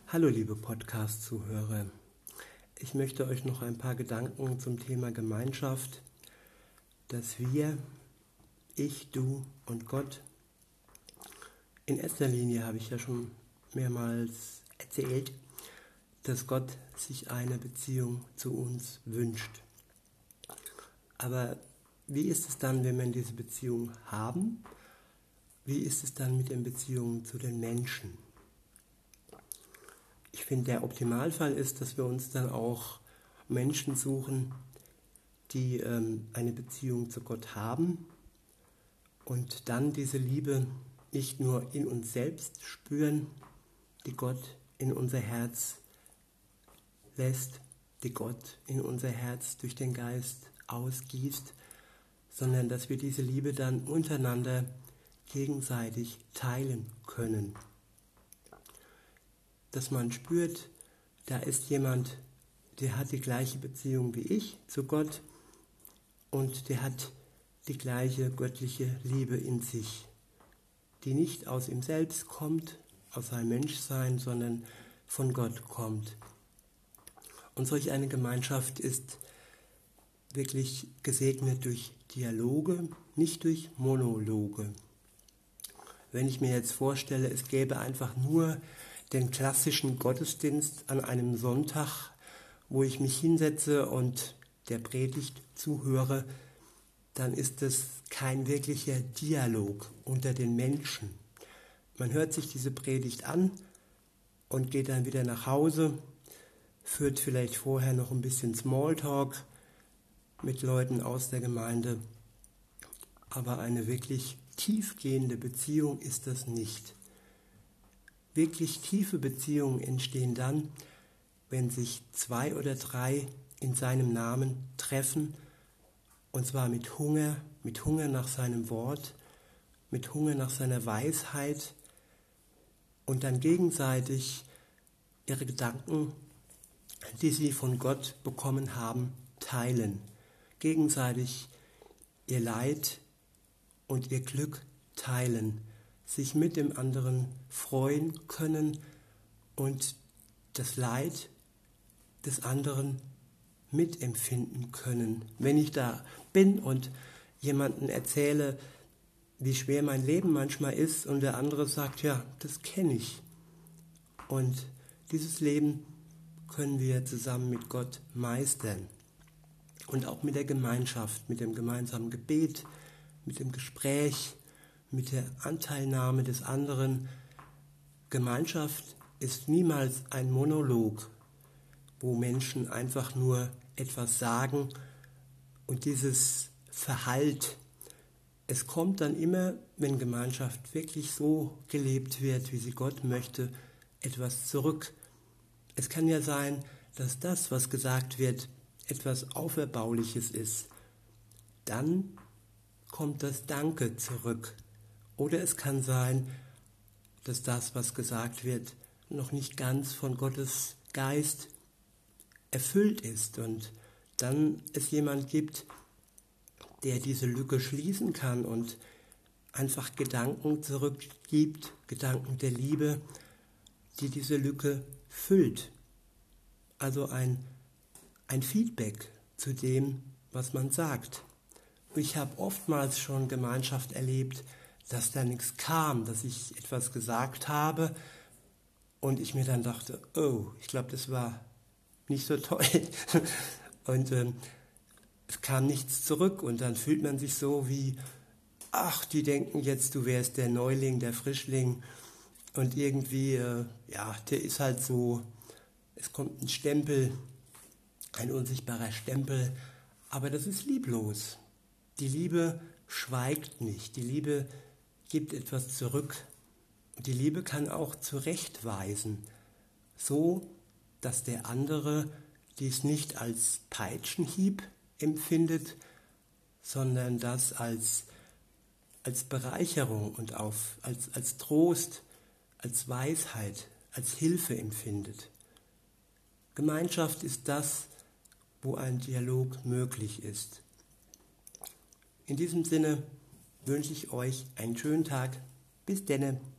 Hallo liebe Podcast-Zuhörer, ich möchte euch noch ein paar Gedanken zum Thema Gemeinschaft, dass wir, ich, du und Gott, in erster Linie habe ich ja schon mehrmals erzählt, dass Gott sich eine Beziehung zu uns wünscht. Aber wie ist es dann, wenn wir diese Beziehung haben? Wie ist es dann mit den Beziehungen zu den Menschen? Ich finde, der Optimalfall ist, dass wir uns dann auch Menschen suchen, die eine Beziehung zu Gott haben und dann diese Liebe nicht nur in uns selbst spüren, die Gott in unser Herz lässt, die Gott in unser Herz durch den Geist ausgießt, sondern dass wir diese Liebe dann untereinander gegenseitig teilen können. Dass man spürt, da ist jemand, der hat die gleiche Beziehung wie ich zu Gott und der hat die gleiche göttliche Liebe in sich, die nicht aus ihm selbst kommt, aus seinem Menschsein, sondern von Gott kommt. Und solch eine Gemeinschaft ist wirklich gesegnet durch Dialoge, nicht durch Monologe. Wenn ich mir jetzt vorstelle, es gäbe einfach nur den klassischen Gottesdienst an einem Sonntag, wo ich mich hinsetze und der Predigt zuhöre, dann ist es kein wirklicher Dialog unter den Menschen. Man hört sich diese Predigt an und geht dann wieder nach Hause, führt vielleicht vorher noch ein bisschen Smalltalk mit Leuten aus der Gemeinde, aber eine wirklich tiefgehende Beziehung ist das nicht. Wirklich tiefe Beziehungen entstehen dann, wenn sich 2 oder 3 in seinem Namen treffen, und zwar mit Hunger nach seinem Wort, mit Hunger nach seiner Weisheit und dann gegenseitig ihre Gedanken, die sie von Gott bekommen haben, teilen. Gegenseitig ihr Leid und ihr Glück teilen, sich mit dem anderen freuen können und das Leid des anderen mitempfinden können. Wenn ich da bin und jemandem erzähle, wie schwer mein Leben manchmal ist und der andere sagt, ja, das kenne ich. Und dieses Leben können wir zusammen mit Gott meistern. Und auch mit der Gemeinschaft, mit dem gemeinsamen Gebet, mit dem Gespräch, mit der Anteilnahme des anderen. Gemeinschaft ist niemals ein Monolog, wo Menschen einfach nur etwas sagen und dieses Verhallt. Es kommt dann immer, wenn Gemeinschaft wirklich so gelebt wird, wie sie Gott möchte, etwas zurück. Es kann ja sein, dass das, was gesagt wird, etwas Auferbauliches ist. Dann kommt das Danke zurück. Oder es kann sein, dass das, was gesagt wird, noch nicht ganz von Gottes Geist erfüllt ist und dann es jemand gibt, der diese Lücke schließen kann und einfach Gedanken zurückgibt, Gedanken der Liebe, die diese Lücke füllt. Also ein Feedback zu dem, was man sagt. Ich habe oftmals schon Gemeinschaft erlebt, dass da nichts kam, dass ich etwas gesagt habe und ich mir dann dachte, oh, ich glaube, das war nicht so toll. Und es kam nichts zurück und dann fühlt man sich so wie, ach, die denken jetzt, du wärst der Neuling, der Frischling und irgendwie, der ist halt so, es kommt ein Stempel, ein unsichtbarer Stempel, aber das ist lieblos. Die Liebe schweigt nicht, die Liebe gibt etwas zurück. Und die Liebe kann auch zurechtweisen, so dass der andere dies nicht als Peitschenhieb empfindet, sondern das als Bereicherung und als Trost, als Weisheit, als Hilfe empfindet. Gemeinschaft ist das, wo ein Dialog möglich ist. In diesem Sinne wünsche ich euch einen schönen Tag. Bis denne.